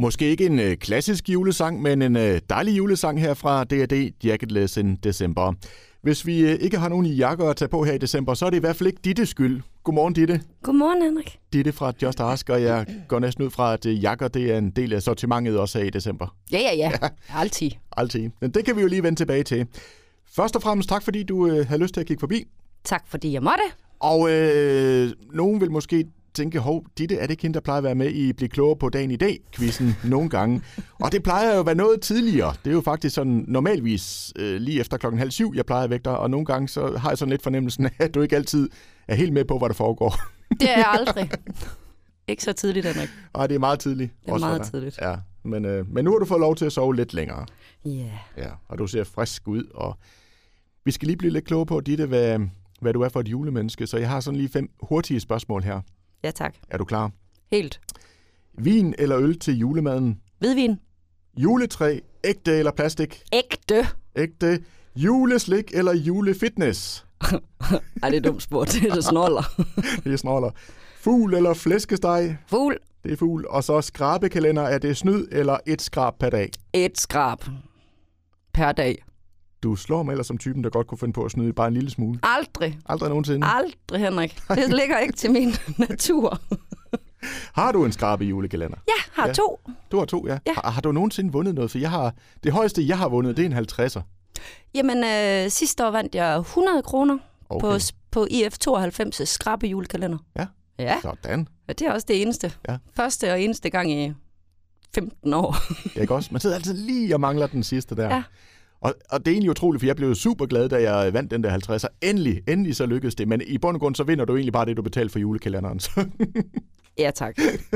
Måske ikke en klassisk julesang, men en dejlig julesang her fra D&D, Jacketless in December. Hvis vi ikke har nogen jakker at tage på her i december, så er det i hvert fald ikke Dittes skyld. Godmorgen, Ditte. Godmorgen, Henrik. Ditte fra Just Ask, og jeg går næsten ud fra, at jakker det er en del af sortimentet også her i december. Ja. Altid. Altid. Men det kan vi jo lige vende tilbage til. Først og fremmest tak, fordi du havde lyst til at kigge forbi. Tak, fordi jeg måtte. Og nogen vil måske tænke, Ditte, er det ikke hende, der plejer at være med i Bliv klogere på dagen i dag-quizzen nogle gange? Og det plejer jo at være noget tidligere. Det er jo faktisk sådan normalvis lige efter 6:30, jeg plejer at vække dig, og nogle gange så har jeg sådan lidt fornemmelsen af, at du ikke altid er helt med på, hvad der foregår. Det er jeg aldrig. Ikke så tidligt, Henrik. Nej, det er meget tidligt. Det er også meget tidligt. Ja, men nu har du fået lov til at sove lidt længere. Yeah. Ja. Og du ser frisk ud, og vi skal lige blive lidt klogere på, Ditte, hvad du er for et julemenneske. Så jeg har sådan lige 5 hurtige spørgsmål her. Ja, tak. Er du klar? Helt. Vin eller øl til julemaden? Hvidvin. Juletræ, ægte eller plastik? Ægte. Ægte. Juleslik eller julefitness? Ej, det er dumt spurgt. Det er snoller. Det er snoller. Fugl eller flæskesteg? Fugl. Det er fugl. Og så skrabekalender, er det snyd eller et skrab per dag? Et skrab per dag. Du slår mig ellers som typen, der godt kunne finde på at snyde bare en lille smule. Aldrig. Aldrig nogensinde? Aldrig, Henrik. Det ligger ikke til min natur. Har du en skrabe julekalender? Ja, har 2. Du har 2, ja. Har du nogensinde vundet noget? For det højeste, jeg har vundet, det er en 50'er. Jamen, sidste år vandt jeg 100 kroner på IF 92's skrabe julekalender. Ja. Sådan. Ja, det er også det eneste. Ja. Første og eneste gang i 15 år. Ikke også? Man sidder altid lige og mangler den sidste der. Ja. Og det er egentlig utroligt, for jeg blev super glad, da jeg vandt den der 50'er. Endelig så lykkedes det. Men i bund og grund, så vinder du egentlig bare det, du betalte for julekalenderen. Ja, tak.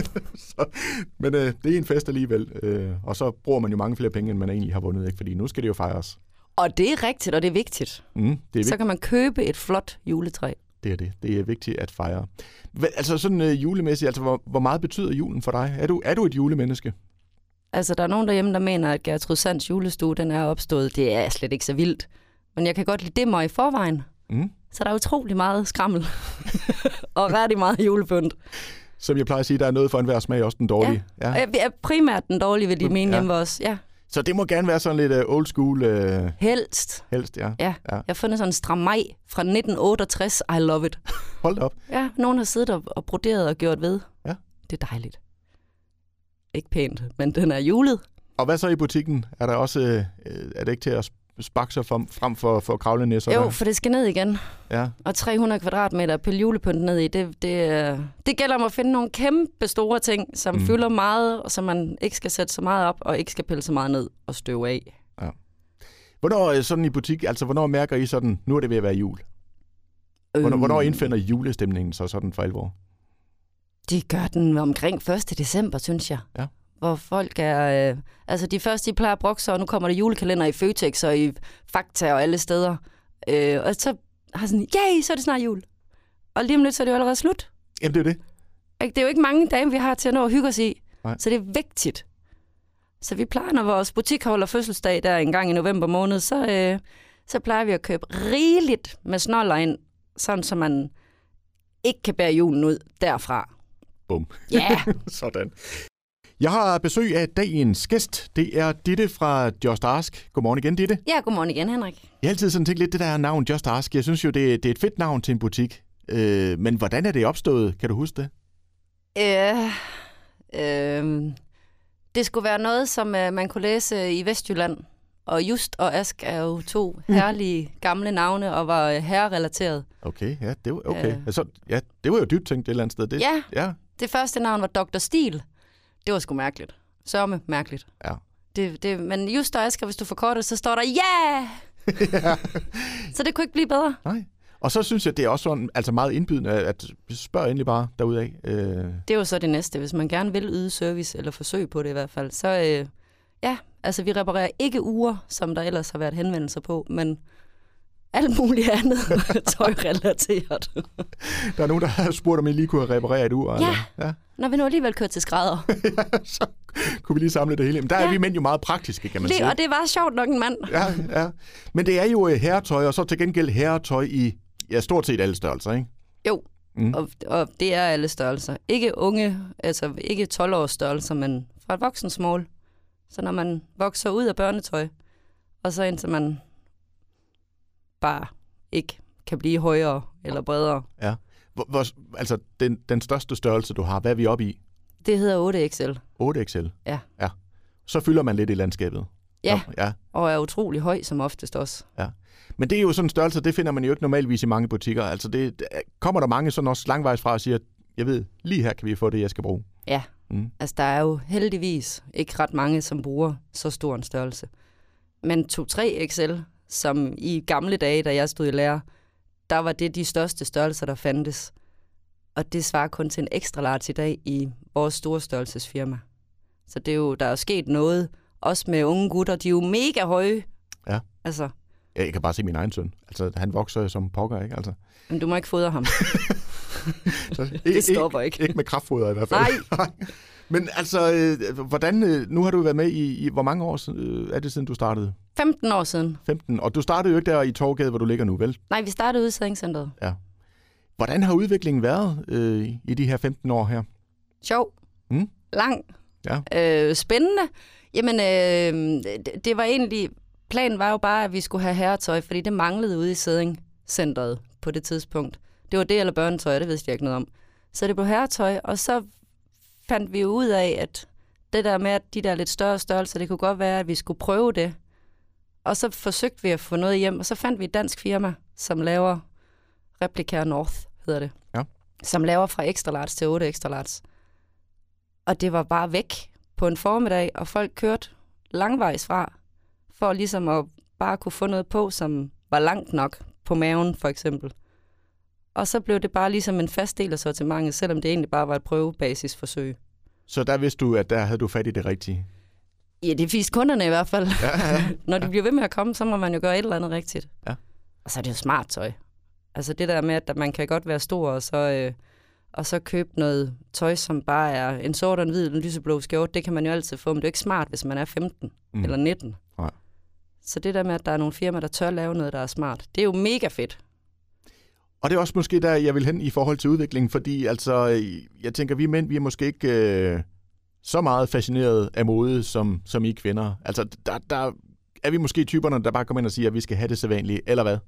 Men det er en fest alligevel. Og så bruger man jo mange flere penge, end man egentlig har vundet, ikke? Fordi nu skal det jo fejres. Og det er rigtigt, og det er vigtigt. Så kan man købe et flot juletræ. Det er det. Det er vigtigt at fejre. Altså sådan julemæssigt, altså hvor meget betyder julen for dig? Er du et julemenneske? Altså, der er nogen derhjemme, der mener, at Gertrud Sands julestue, den er opstået. Det er slet ikke så vildt. Men jeg kan godt lide det mig i forvejen. Så der er utrolig meget skrammel. Og rigtig meget julepynt. Som jeg plejer at sige, der er noget for enhver smag, også den dårlige. Ja. Og jeg er primært den dårlige, vil de mene hjemme også. Ja. Så det må gerne være sådan lidt old school? Helst, ja. Jeg har fundet sådan en stramaj fra 1968. I love it. Hold op. Ja, nogen har siddet og broderet og gjort ved. Ja. Det er dejligt. Ikke pænt, men den er julet. Og hvad så i butikken? Er der også, er det ikke til at sparke sig frem for kravlenæsser? Jo, for det skal ned igen. Ja. Og 300 kvadratmeter at pille julepynt ned i, det gælder om at finde nogle kæmpe store ting, som fylder meget, og som man ikke skal sætte så meget op, og ikke skal pille så meget ned og støve af. Ja. Hvornår sådan i butik, altså hvornår mærker I sådan, nu er det ved at være jul? Hvornår indfinder julestemningen så sådan for alvor? Det gør den omkring 1. december, synes jeg. Ja. Hvor folk er... altså de første, de plejer at brokke sig, og nu kommer der julekalender i Føtex og i Fakta og alle steder. Og så har sådan, så er det snart jul. Og lige om lidt, så er det jo allerede slut. Jamen, det er det. Det er jo ikke mange dage, vi har til at nå at hygge os i. Nej. Så det er vigtigt. Så vi plejer, når vores butik holder fødselsdag der en gang i november måned, så plejer vi at købe rigeligt med snoller ind, sådan så man ikke kan bære julen ud derfra. Bum. Ja. Yeah. Sådan. Jeg har besøg af dagens gæst. Det er Ditte fra Just Ask. Godmorgen igen, Ditte. Ja, godmorgen igen, Henrik. Jeg har altid sådan tænkt lidt, det der navn Just Ask. Jeg synes jo, det er et fedt navn til en butik. Men hvordan er det opstået? Kan du huske det? Det skulle være noget, som man kunne læse i Vestjylland. Og Just og Ask er jo 2 herlige gamle navne og var herrerelateret. Okay, ja, det var okay. Altså, ja, det var jo dybt tænkt et eller andet sted. Det, ja, det første navn var Dr. Stil. Det var sgu mærkeligt. Sørme mærkeligt. Ja. Men Just og Ask, hvis du forkorter, så står der ja! Så det kunne ikke blive bedre. Nej. Og så synes jeg, det er også sådan, altså meget indbydende, at spørge endelig bare derudad. Det er jo så det næste. Hvis man gerne vil yde service, eller forsøg på det i hvert fald, så altså vi reparerer ikke ure, som der ellers har været henvendelser på, men alt muligt andet tøjrelateret. Der er nogen, der har spurgt, om I lige kunne reparere et ur. Ja, eller? Når vi nu alligevel kører til skrædder. Så kunne vi lige samle det hele. Men der er vi mænd jo meget praktiske, kan man sige. Og det var sjovt nok en mand. Ja. Men det er jo herretøj, og så til gengæld herretøj i stort set alle størrelser, ikke? Jo, og det er alle størrelser. Ikke unge, altså ikke 12-års størrelser, men fra et voksensmål. Så når man vokser ud af børnetøj, og så indtil man bare ikke kan blive højere eller bredere. Ja. Altså den største størrelse, du har, hvad er vi oppe i? Det hedder 8XL. 8XL? Ja. Så fylder man lidt i landskabet. Ja, og er utrolig høj som oftest også. Ja. Men det er jo sådan en størrelse, det finder man jo ikke normalvis i mange butikker. Altså kommer der mange sådan også langvejs fra og siger, jeg ved, lige her kan vi få det, jeg skal bruge. Ja, altså der er jo heldigvis ikke ret mange, som bruger så stor en størrelse. Men 2-3XL, som i gamle dage, da jeg stod i lære, der var det de største størrelser, der fandtes. Og det svarer kun til en ekstra large i dag i vores store størrelsesfirma. Så det er jo, der er sket noget, også med unge gutter, de er jo mega høje. Ja. Altså. Jeg kan bare se min egen søn. Altså, han vokser som pokker, ikke? Altså. Men du må ikke fodre ham. Det stopper ikke. Ikke med kraftfoder i hvert fald. Nej. Men altså, hvordan, nu har du været med i hvor mange år er det siden du startede? 15 år siden. 15, og du startede jo ikke der i Torvgade, hvor du ligger nu, vel? Nej, vi startede ude i Sædningscenteret. Ja. Hvordan har udviklingen været i de her 15 år her? Sjov. Lang. Ja. Spændende. Jamen, det var egentlig... Planen var jo bare, at vi skulle have herretøj, fordi det manglede ude i Sædningscenteret på det tidspunkt. Det var det eller børnetøj, det vidste jeg ikke noget om. Så det blev herretøj, og så fandt vi jo ud af, at det der med, at de der lidt større størrelser, det kunne godt være, at vi skulle prøve det. Og så forsøgte vi at få noget hjem, og så fandt vi et dansk firma, som laver Replica North, hedder det. Ja. Som laver fra extra large til 8 extra large. Og det var bare væk på en formiddag, og folk kørte langvejs fra, for ligesom at bare kunne få noget på, som var langt nok på maven, for eksempel. Og så blev det bare ligesom en fast del af sortimentet, selvom det egentlig bare var et prøvebasisforsøg. Så der vidste du, at der havde du fat i det rigtige? Ja, det viste kunderne i hvert fald. Ja. Når de bliver ved med at komme, så må man jo gøre et eller andet rigtigt. Ja. Og så er det jo smart tøj. Altså det der med, at man kan godt være stor, og så købe noget tøj, som bare er en sort og en hvid, en lyseblå skjorte, det kan man jo altid få, men det er ikke smart, hvis man er 15 eller 19. Nej. Så det der med, at der er nogle firmaer, der tør lave noget, der er smart, det er jo mega fedt. Og det er også måske der, jeg vil hen i forhold til udviklingen, fordi altså, jeg tænker, vi mænd, vi er måske ikke så meget fascineret af mode, som I kvinder. Altså, der er vi måske typerne, der bare kommer ind og siger, at vi skal have det sædvanlige, eller hvad?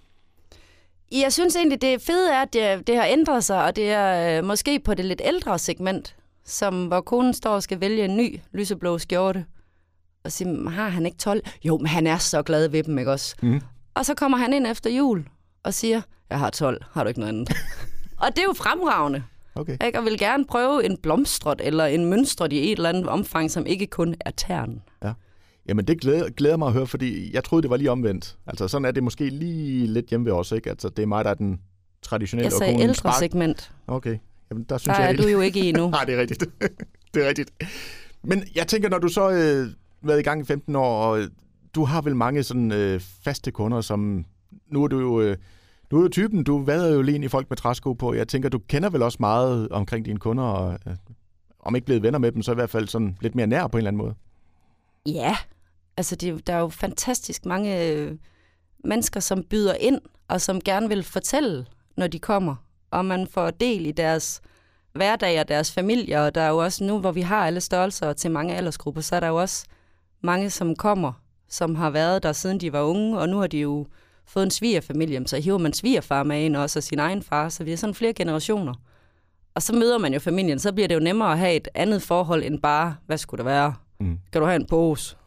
Jeg synes egentlig, det fede er, at det har ændret sig, og det er måske på det lidt ældre segment, hvor konen står og skal vælge en ny lyseblå skjorte, og siger, har han ikke 12? Jo, men han er så glad ved dem, ikke også? Mm. Og så kommer han ind efter jul og siger, jeg har 12, har du ikke noget andet? Og det er jo fremragende. Okay. Ikke? Og vil gerne prøve en blomstret eller en mønstret i et eller andet omfang, som ikke kun er tern. Ja. Jamen det glæder mig at høre, fordi jeg troede, det var lige omvendt. Altså sådan er det måske lige lidt hjemme ved os, ikke? Altså det er mig, der er den traditionelle. Jeg sagde ældre segment. Okay. Jamen, der synes der jeg er du jo ikke i nu. Nej, det er rigtigt. Det er rigtigt. Men jeg tænker, når du så været i gang i 15 år, og du har vel mange sådan faste kunder, som nu er du typen, du vader jo lige ind i folk med træsko på. Jeg tænker, du kender vel også meget omkring dine kunder, og om ikke blevet venner med dem, så i hvert fald sådan lidt mere nær på en eller anden måde. Ja, altså der er jo fantastisk mange mennesker, som byder ind, og som gerne vil fortælle, når de kommer. Og man får del i deres hverdag og deres familier, og der er jo også nu, hvor vi har alle størrelser til mange aldersgrupper, så er der jo også mange, som kommer, som har været der siden de var unge, og nu har de jo fået en svigerfamilie, så hiver man svigerfar med ind også, og sin egen far, så vi er sådan flere generationer. Og så møder man jo familien, så bliver det jo nemmere at have et andet forhold end bare, hvad skulle det være? Kan du have en pose?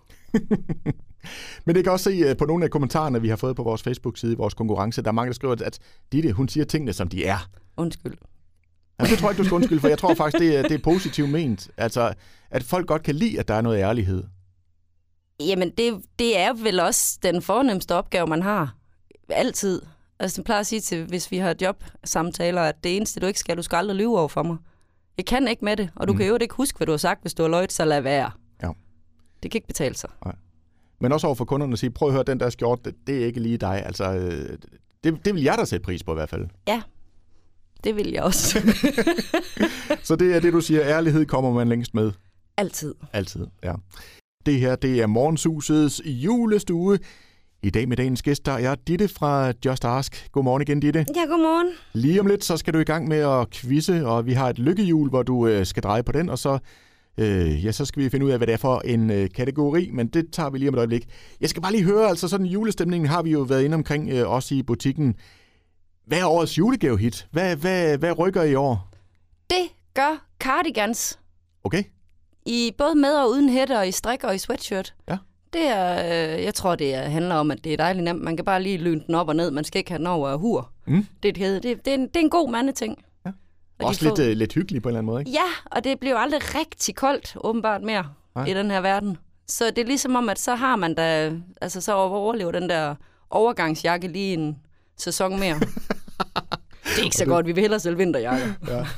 Men det kan også se på nogle af kommentarerne, vi har fået på vores Facebook-side, vores konkurrence, der er mange, der skriver, at Ditte, hun siger tingene, som de er. Undskyld. Ja, det tror jeg ikke, du skal undskylde, for jeg tror faktisk, det er positivt ment. Altså, at folk godt kan lide, at der er noget ærlighed. Jamen, det er vel også den fornemmeste opgave, man har. Altid. Altså, jeg plejer at sige til, hvis vi har jobsamtaler, at det eneste, du skal aldrig lyve over for mig. Jeg kan ikke med det, og du kan jo ikke huske, hvad du har sagt, hvis du har løjet, så lad være. Ja. Det kan ikke betale sig. Nej. Men også over for kunderne at sige, prøv at høre, den der skjorte, det er ikke lige dig. Altså, det vil jeg da sætte pris på i hvert fald. Ja, det vil jeg også. Så det er det, du siger, ærlighed kommer man længst med? Altid. Altid, ja. Det her, det er Morgenshusets julestue. I dag med dagens gæst, der er Ditte fra Just Ask. Godmorgen igen, Ditte. Ja, godmorgen. Lige om lidt, så skal du i gang med at quizze, og vi har et lykkehjul, hvor du skal dreje på den, og så så skal vi finde ud af, hvad det er for en kategori, men det tager vi lige om et øjeblik. Jeg skal bare lige høre, altså sådan julestemningen har vi jo været inde omkring, også i butikken. Hvad er årets julegavehit? Hvad rykker i år? Det gør cardigans. Okay. I både med og uden hætte, og i strik og i sweatshirt. Ja. Det er, jeg tror, det handler om, at det er dejligt nemt. Man kan bare lige lyne den op og ned. Man skal ikke have den over hur. Det er en god mandeting. Ja. Også lidt hyggeligt på en eller anden måde, ikke? Ja, og det bliver jo aldrig rigtig koldt, åbenbart mere, i den her verden. Så det er ligesom om, at så har man da, altså så overlever den der overgangsjakke lige en sæson mere. Det er ikke så godt, vi vil hellere sælge vinterjakker.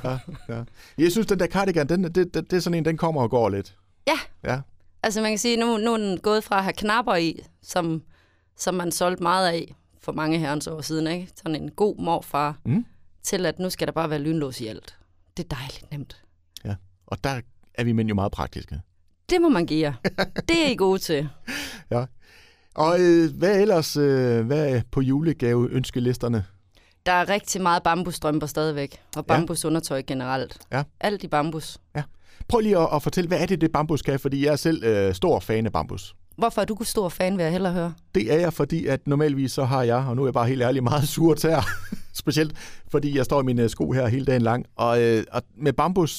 Ja. Jeg synes, den der cardigan, det er sådan en, den kommer og går lidt. Ja. Altså man kan sige, nu er den gået fra at have knapper i, som man solgte meget af for mange herrens år siden, ikke? Sådan en god morfar, til at nu skal der bare være lynlås i alt. Det er dejligt nemt. Ja, og der er vi mænd jo meget praktiske. Det må man give jer. Det er I gode til. Ja. Og hvad ellers hvad er på julegave-ønskelisterne? Der er rigtig meget bambusstrømper stadigvæk, og bambusundertøj generelt. Ja. Alt i bambus. Ja. Prøv lige at fortælle, hvad er det bambus kan, fordi jeg er selv stor fan af bambus. Hvorfor er du stor fan, vil jeg hellere høre? Det er jeg, fordi at normalvis så har jeg, og nu er jeg bare helt ærlig, meget sur tær. Specielt fordi jeg står i mine sko her hele dagen lang. Og med bambus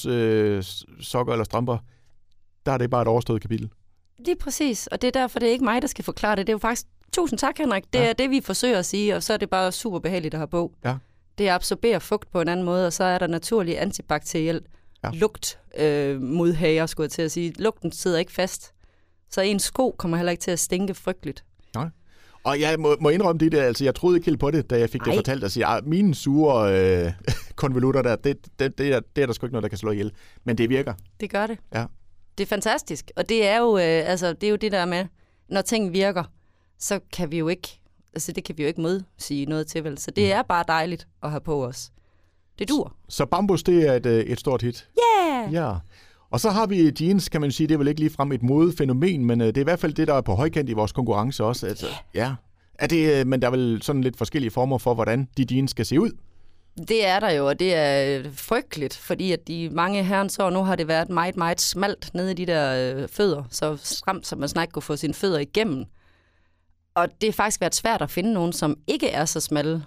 sokker eller strømper, der er det bare et overstået kapitel. Lige præcis, og det er derfor, det er ikke mig, der skal forklare det. Det er jo faktisk, tusind tak, Henrik. Det er det, vi forsøger at sige, og så er det bare super behageligt at have på. Ja. Det absorberer fugt på en anden måde, og så er der naturlig antibakteriel lugt modhager, skulle jeg til at sige. Lugten sidder ikke fast, så ens sko kommer heller ikke til at stinke frygteligt. Nej. Og jeg må indrømme det der, altså jeg troede ikke helt på det, da jeg fik det fortalt, at sige, mine sure konvolutter der, det er der sgu ikke noget, der kan slå ihjel, men det virker. Det gør det. Ja. Det er fantastisk, og det er jo, det er jo det der med, når ting virker, så kan vi jo ikke, det kan vi jo ikke modsige noget til, vel? Så det er bare dejligt at have på os. Det dur. Så bambus, det er et stort hit? Yeah! Ja. Og så har vi jeans, kan man sige, det er vel ikke ligefrem et modefænomen, men det er i hvert fald det, der er på højkant i vores konkurrence også. Altså, ja. Er det, men der er vel sådan lidt forskellige former for, hvordan de jeans skal se ud? Det er der jo, og det er frygteligt, fordi at de mange herrens år, nu har det været meget, meget smalt nede i de der fødder, så stramt, så man snart kunne få sine fødder igennem. Og det har faktisk været svært at finde nogen, som ikke er så smalle.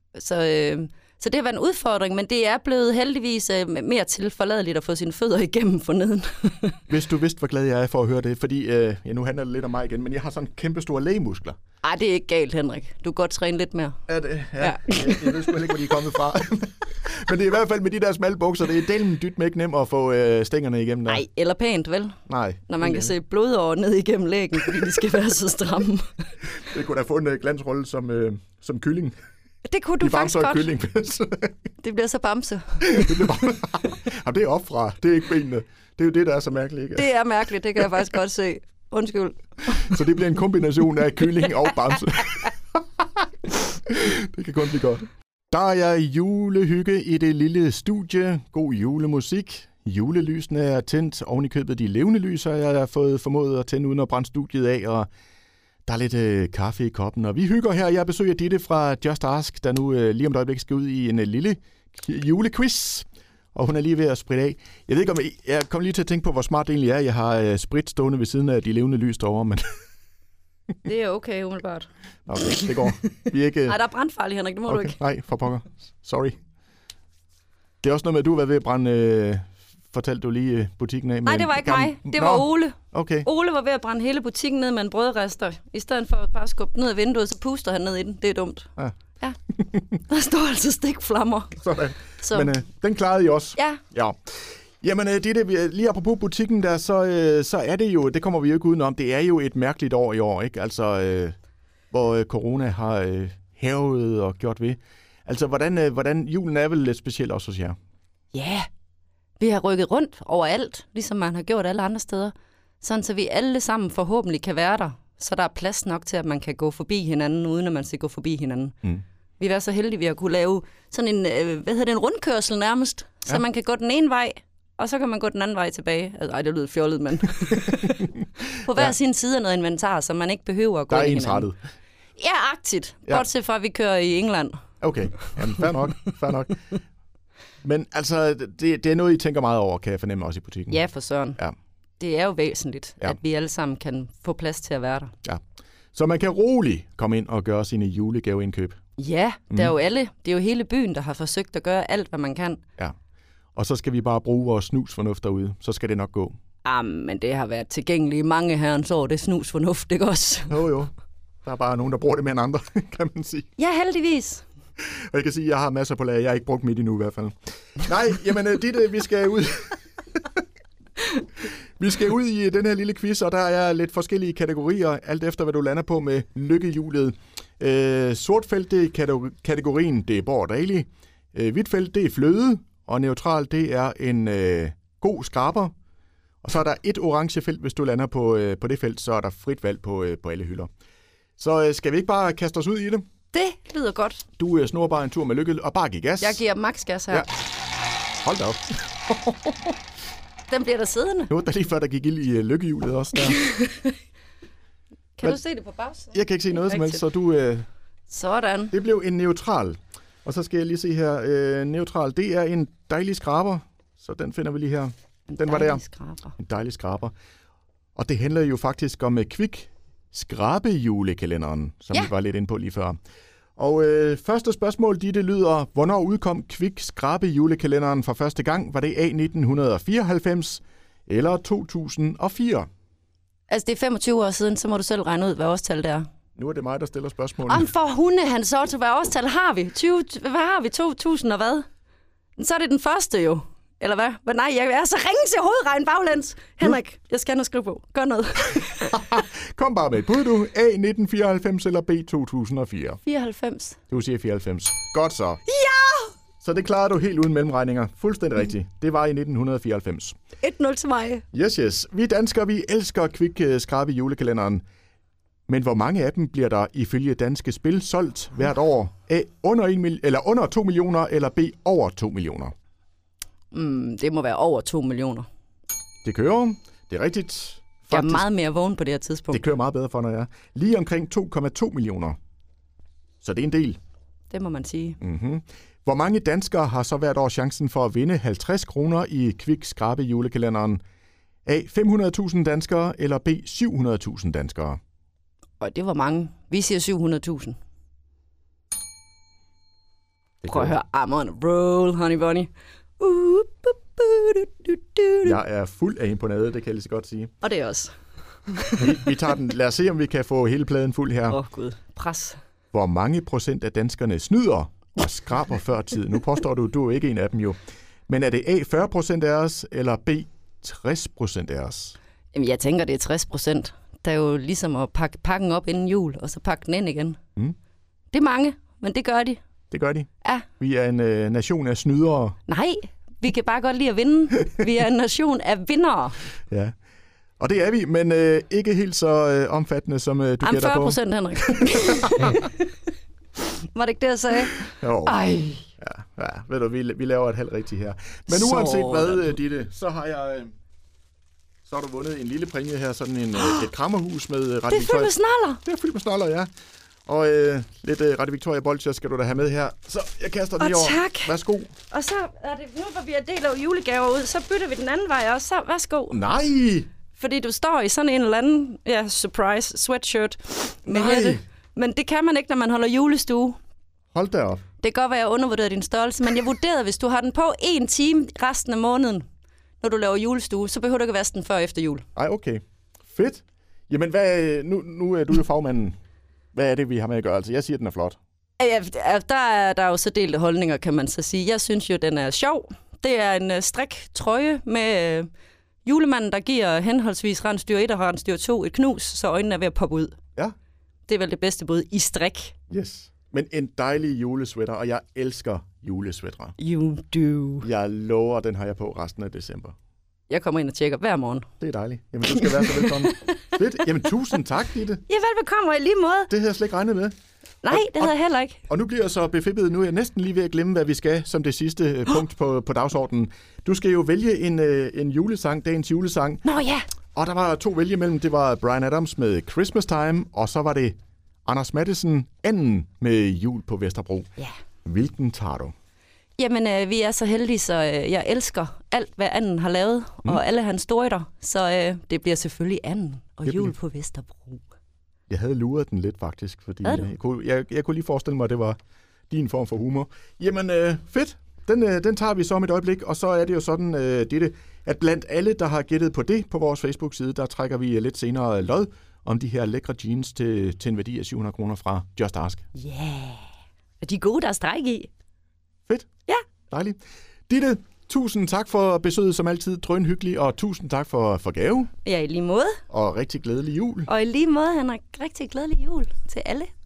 Så det har været en udfordring, men det er blevet heldigvis mere tilforladeligt at få sine fødder igennem forneden. Hvis du vidste, hvor glad jeg er for at høre det, fordi nu handler det lidt om mig igen, men jeg har sådan kæmpe store lægemuskler. Ej, det er ikke galt, Henrik. Du kan godt træne lidt mere. Ja, det, ja. Jeg ved sgu ikke, hvor de er kommet fra. Men det er i hvert fald med de der smalle bukser, det er delen dybt med ikke nemt at få stængerne igennem der. Nej, eller pænt, vel? Nej. Når man kan se blodår ned igennem lægen, fordi de skal være så stramme. Det kunne da få en glansrolle som kylling. Det kunne du faktisk godt. Kylling. Det bliver så bamse. Jamen, det er opfra, det er ikke benene. Det er jo det, der er så mærkeligt, ikke? Det er mærkeligt, det kan jeg faktisk godt se. Undskyld. Så det bliver en kombination af kylling og bamse. Det kan kun blive godt. Der er julehygge i det lille studie. God julemusik. Julelysene er tændt. Oven i købet de levende lys, har jeg fået formået at tænde uden at brænde studiet af, og der er lidt kaffe i koppen, og vi hygger her. Jeg besøger Ditte fra Just Ask, der nu lige om et øjeblik skal ud i en lille julequiz, og hun er lige ved at spritte af. Jeg ved ikke, om jeg kom lige til at tænke på, hvor smart det egentlig er. Jeg har sprit stående ved siden af de levende lys derovre, men det er okay, umiddelbart. Okay, det går. Vi er ikke... Nej, der er brandfarligt, Henrik, det må du ikke. Nej, for pokker. Sorry. Det er også noget med, at du har været ved at brænde... Fortalte du lige butikken af? Nej, det var ikke mig. Det var Ole. Okay. Ole var ved at brænde hele butikken ned med en brødrester. I stedet for at bare skubbe ned af vinduet, så puster han ned i den. Det er dumt. Ja. Der står altså stikflammer. Sådan. Så. Men den klarede I også. Ja. Jamen, lige apropos butikken der, så er det jo, det kommer vi jo ikke udenom, det er jo et mærkeligt år i år, ikke? Altså, hvor corona har hævet og gjort ved. Altså, hvordan julen er vel lidt speciel også hos jer? Ja, vi har rykket rundt overalt, ligesom man har gjort alle andre steder, sådan så vi alle sammen forhåbentlig kan være der, så der er plads nok til, at man kan gå forbi hinanden, uden at man skal gå forbi hinanden. Vi er så heldige, at vi har kunne lave sådan en rundkørsel nærmest, så man kan gå den ene vej, og så kan man gå den anden vej tilbage. Altså, det lyder fjollet, men på hver sin side af noget inventar, så man ikke behøver at gå ind i hinanden. Ja, agtigt. Bortset fra, at vi kører i England. Okay, jamen, fair nok. Men altså, det er noget, I tænker meget over, kan jeg fornemme også i butikken. Ja, for søren. Ja. Det er jo væsentligt, at vi alle sammen kan få plads til at være der. Ja. Så man kan roligt komme ind og gøre sine julegaveindkøb. Ja, der er jo alle. Det er jo hele byen, der har forsøgt at gøre alt, hvad man kan. Ja. Og så skal vi bare bruge vores snusfornuft derude. Så skal det nok gå. Men det har været tilgængeligt i mange herrens år, det snusfornuft, ikke også? Jo. Der er bare nogen, der bruger det mere end andre, kan man sige. Ja, heldigvis. Og jeg kan sige, at jeg har masser på lager. Jeg har ikke brugt mit endnu i hvert fald. Nej, jamen Ditte, vi skal ud. Vi skal ud i den her lille quiz, og der er lidt forskellige kategorier, alt efter hvad du lander på med lykkehjulet. Sort felt, det er kategorien, det er Borg Daily. Hvidt felt, det er fløde, og neutral, det er en god skraber. Og så er der et orange felt, hvis du lander på det felt, så er der frit valg på alle hylder. Så skal vi ikke bare kaste os ud i det? Det lyder godt. Du snor bare en tur med lykke, og bare giv gas. Jeg giver max gas her. Ja. Hold da op. Den bliver der siddende. Nu er der lige før, der gik ild i lykkehjulet også der. Kan du se det på bagsiden? Jeg kan ikke se noget som helst, så du... Sådan. Det blev en neutral. Og så skal jeg lige se her. Neutral, det er en dejlig skraber. Så den finder vi lige her. Den var der. Skraber. En dejlig skraber. Og det handler jo faktisk om Kvik skrabejulekalenderen, som vi var lidt inde på lige før. Og første spørgsmål, det lyder, hvornår udkom Kvik skrabejulekalenderen for første gang? Var det A 1994 eller 2004? Altså, det er 25 år siden, så må du selv regne ud, hvad årstal det er. Nu er det mig, der stiller spørgsmål. Om for hunde, han så til, hvad årstal har vi? Hvad har vi? 2000 og hvad? Så er det den første jo. Eller hvad? Men nej, jeg er så ringe til hovedregn baglæns. Henrik, jeg skal have skrive på. Gør noget. Kom bare med et bud, du. A 1994 eller B 2004? 94. Du siger 94. Godt så. Ja! Så det klarede du helt uden mellemregninger. Fuldstændig rigtigt. Det var i 1994. 1-0 til mig. Yes. Vi danskere, vi elsker Kvik skrabe julekalenderen. Men hvor mange af dem bliver der ifølge Danske Spil solgt hvert år? A under 2 millioner eller B over 2 millioner? Det må være over 2 millioner. Det kører. Det er rigtigt. Faktisk, jeg er meget mere vågen på det her tidspunkt. Det kører meget bedre for, når jeg er. Lige omkring 2,2 millioner. Så det er en del. Det må man sige. Mm-hmm. Hvor mange danskere har så hvert år chancen for at vinde 50 kroner i Kvik skrabe julekalenderen? A. 500.000 danskere eller B. 700.000 danskere? Og det var mange. Vi siger 700.000. Prøv at høre. I'm on a roll, honey bunny. Jeg er fuld af imponade, det kan jeg lige så godt sige. Og det er også. Vi tager den. Lad os se, om vi kan få hele pladen fuld her. Gud. Pres. Hvor mange procent af danskerne snyder og skraber før tid? Nu påstår du er ikke en af dem jo. Men er det A 40% af os, eller B 60% af os? Jamen, jeg tænker, det er 60%. Der er jo ligesom at pakke pakken op inden jul, og så pakke den ind igen. Det er mange, men det gør de. Det gør de? Ja. Vi er en nation af snydere. Nej, vi kan bare godt lide at vinde. Vi er en nation af vindere. Ja, og det er vi, men ikke helt så omfattende, som du gætter på. 40%, Henrik. Var det ikke det, jeg sagde? Jo. Ej. Ja, ved du, vi laver et halvt rigtigt her. Men uanset hvad, Ditte, så har du vundet en lille præmie her, sådan et krammerhus med Radio Victoria. Det er fyldt med snaller. Det er fyldt med snaller, ja. Og lidt Radio Victoria bolcher skal du da have med her. Så jeg kaster den lige over. Tak. Værsgo. Og så er det nu, hvor vi har delt julegaver ud, så bytter vi den anden vej også. Så værsgo. Nej! Fordi du står i sådan en eller anden surprise sweatshirt med hætte. Men det kan man ikke, når man holder julestue. Hold da op. Det kan godt være, at jeg undervurderede din størrelse, men jeg vurderede, hvis du har den på 1 time resten af måneden, når du laver julestue, så behøver du ikke at vaske den før efter jul. Ej, okay. Fedt. Jamen, nu er du jo fagmanden. Hvad er det, vi har med at gøre? Altså, jeg siger, den er flot. Ja, der er jo så delte holdninger, kan man så sige. Jeg synes jo, den er sjov. Det er en striktrøje med julemanden, der giver henholdsvis rensdyr 1 og rensdyr 2 et knus, så øjnene er ved at poppe ud. Ja. Det er vel det bedste bud i strik. Yes. Men en dejlig julesweater, og jeg elsker julesweatere. You do. Jeg lover, den har jeg på resten af december. Jeg kommer ind og tjekker hver morgen. Det er dejligt. Jamen, du skal være så velkommen. Fedt. Jamen, tusind tak, Ditte. Ja, velbekomme, i lige måde. Det havde jeg slet ikke regnet med. Nej, det havde jeg heller ikke. Og nu bliver jeg så befippet. Nu er jeg næsten lige ved at glemme, hvad vi skal som det sidste punkt på dagsordenen. Du skal jo vælge en julesang, dagens julesang. Nå ja. Og der var 2 vælge imellem. Det var Bryan Adams med Christmas Time, og så var det Anders Matthesen, anden med Jul på Vesterbro. Ja. Hvilken tager du? Jamen, vi er så heldige, så jeg elsker alt, hvad anden har lavet, og alle hans storheder. Så det bliver selvfølgelig anden og jul på Vesterbro. Jeg havde luret den lidt, faktisk, fordi jeg kunne lige forestille mig, at det var din form for humor. Jamen, fedt. Den tager vi så om et øjeblik, og så er det jo sådan, at blandt alle, der har gættet på det på vores Facebook-side, der trækker vi lidt senere lod om de her lækre jeans til en værdi af 700 kroner fra Just Ask. Ja, og de er gode, der er stræk i. Fedt. Ja. Dejligt. Ditte, tusind tak for besøget som altid, drønhyggelig, og tusind tak for gave. Ja, i lige måde. Og rigtig glædelig jul. Og i lige måde, Henrik, rigtig glædelig jul til alle.